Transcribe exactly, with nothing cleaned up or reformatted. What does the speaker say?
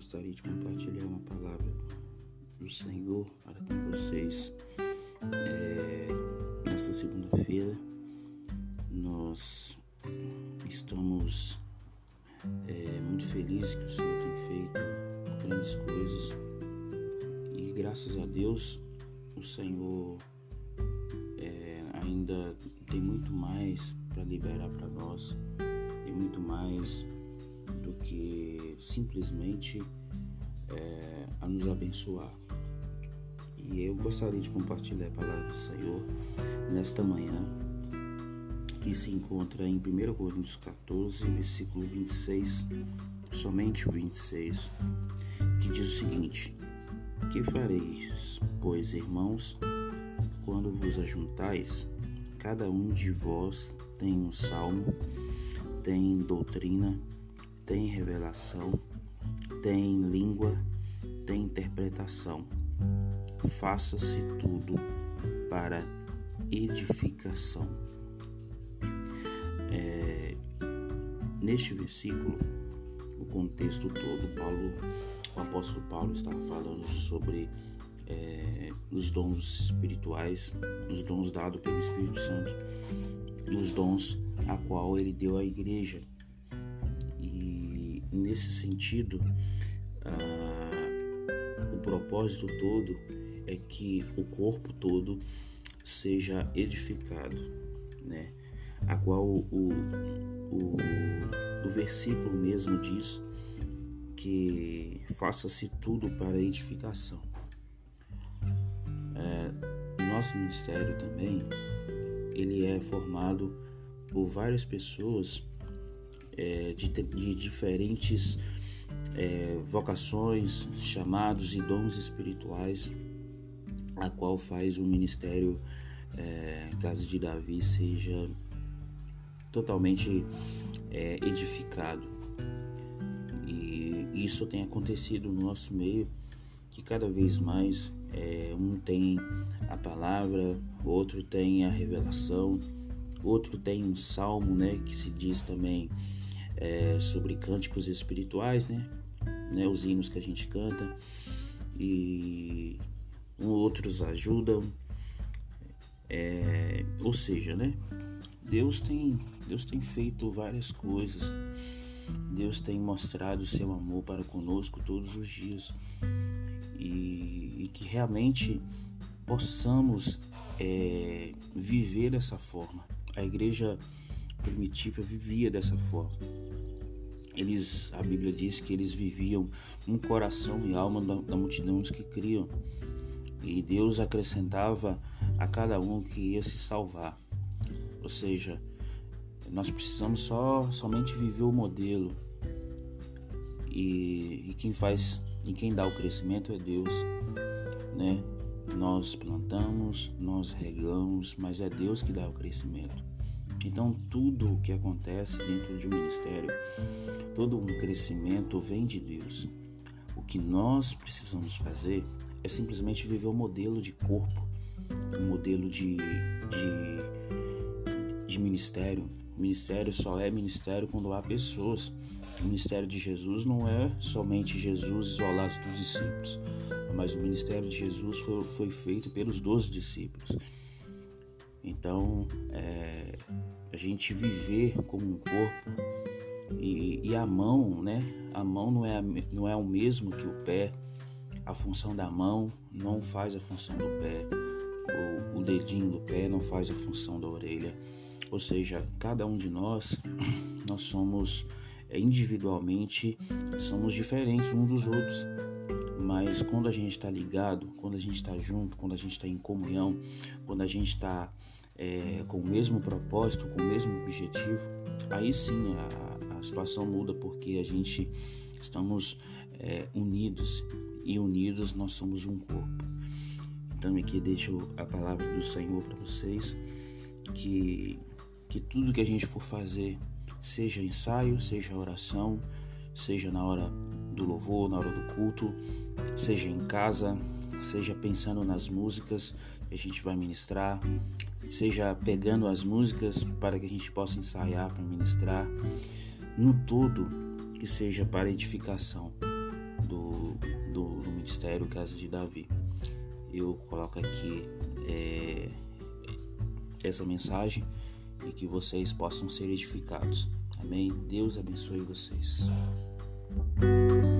gostaria de compartilhar uma palavra do Senhor para com vocês. É, nesta segunda-feira, nós estamos é, muito felizes que o Senhor tem feito grandes coisas e, graças a Deus, o Senhor é, ainda tem muito mais para liberar para nós, tem muito mais do que simplesmente é, a nos abençoar. E eu gostaria de compartilhar a palavra do Senhor nesta manhã, que se encontra em primeira Coríntios catorze, versículo vinte e seis, somente o vinte e seis, que diz o seguinte: que fareis, pois, irmãos, quando vos ajuntais? Cada um de vós tem um salmo, tem doutrina, tem revelação, tem língua, tem interpretação. Faça-se tudo para edificação. É, neste versículo, o contexto todo, Paulo, o apóstolo Paulo estava falando sobre é, os dons espirituais, os dons dados pelo Espírito Santo e os dons a qual ele deu à igreja. E nesse sentido, ah, o propósito todo é que o corpo todo seja edificado, né? A qual o, o, o versículo mesmo diz que faça-se tudo para edificação. É, nosso ministério também, ele é formado por várias pessoas é, de, de diferentes é, vocações, chamados e dons espirituais, a qual faz o ministério é, Casa de Davi seja totalmente é, edificado. E isso tem acontecido no nosso meio, que cada vez mais é, um tem a palavra, outro tem a revelação, outro tem um salmo, né, que se diz também é, sobre cânticos espirituais, né, né, os hinos que a gente canta, e outros ajudam, é, ou seja, né, Deus tem, Deus tem feito várias coisas. Deus tem mostrado o seu amor para conosco todos os dias, e, e que realmente possamos é, viver dessa forma. A igreja primitiva vivia dessa forma. Eles, a Bíblia diz que eles viviam um coração e alma da, da multidão dos que criam, e Deus acrescentava a cada um que ia se salvar. Ou seja, nós precisamos só somente viver o modelo, e, e quem faz e quem dá o crescimento é Deus, né? Nós plantamos, nós regamos, mas é Deus que dá o crescimento. Então tudo o que acontece dentro de um ministério, todo um crescimento vem de Deus. O que nós precisamos fazer é simplesmente viver o modelo de corpo, o modelo de, de, de ministério. O ministério só é ministério quando há pessoas. O ministério de Jesus não é somente Jesus isolado dos discípulos, mas o ministério de Jesus foi, foi feito pelos doze discípulos. Então, é, a gente viver como um corpo, e, e a mão, né? A mão não é, não é o mesmo que o pé. A função da mão não faz a função do pé. O, o dedinho do pé não faz a função da orelha. Ou seja, cada um de nós, nós somos individualmente, somos diferentes uns dos outros. Mas quando a gente está ligado, quando a gente está junto, quando a gente está em comunhão, quando a gente está é, com o mesmo propósito, com o mesmo objetivo, aí sim a, a situação muda, porque a gente estamos é, unidos, e unidos nós somos um corpo. Então aqui deixo a palavra do Senhor para vocês, que, que tudo que a gente for fazer, seja ensaio, seja oração, seja na hora do louvor, na hora do culto, seja em casa, seja pensando nas músicas que a gente vai ministrar, seja pegando as músicas para que a gente possa ensaiar para ministrar, no todo que seja para edificação do, ministério Casa de Davi. Eu coloco aqui é, essa mensagem e que vocês possam ser edificados. Amém? Deus abençoe vocês.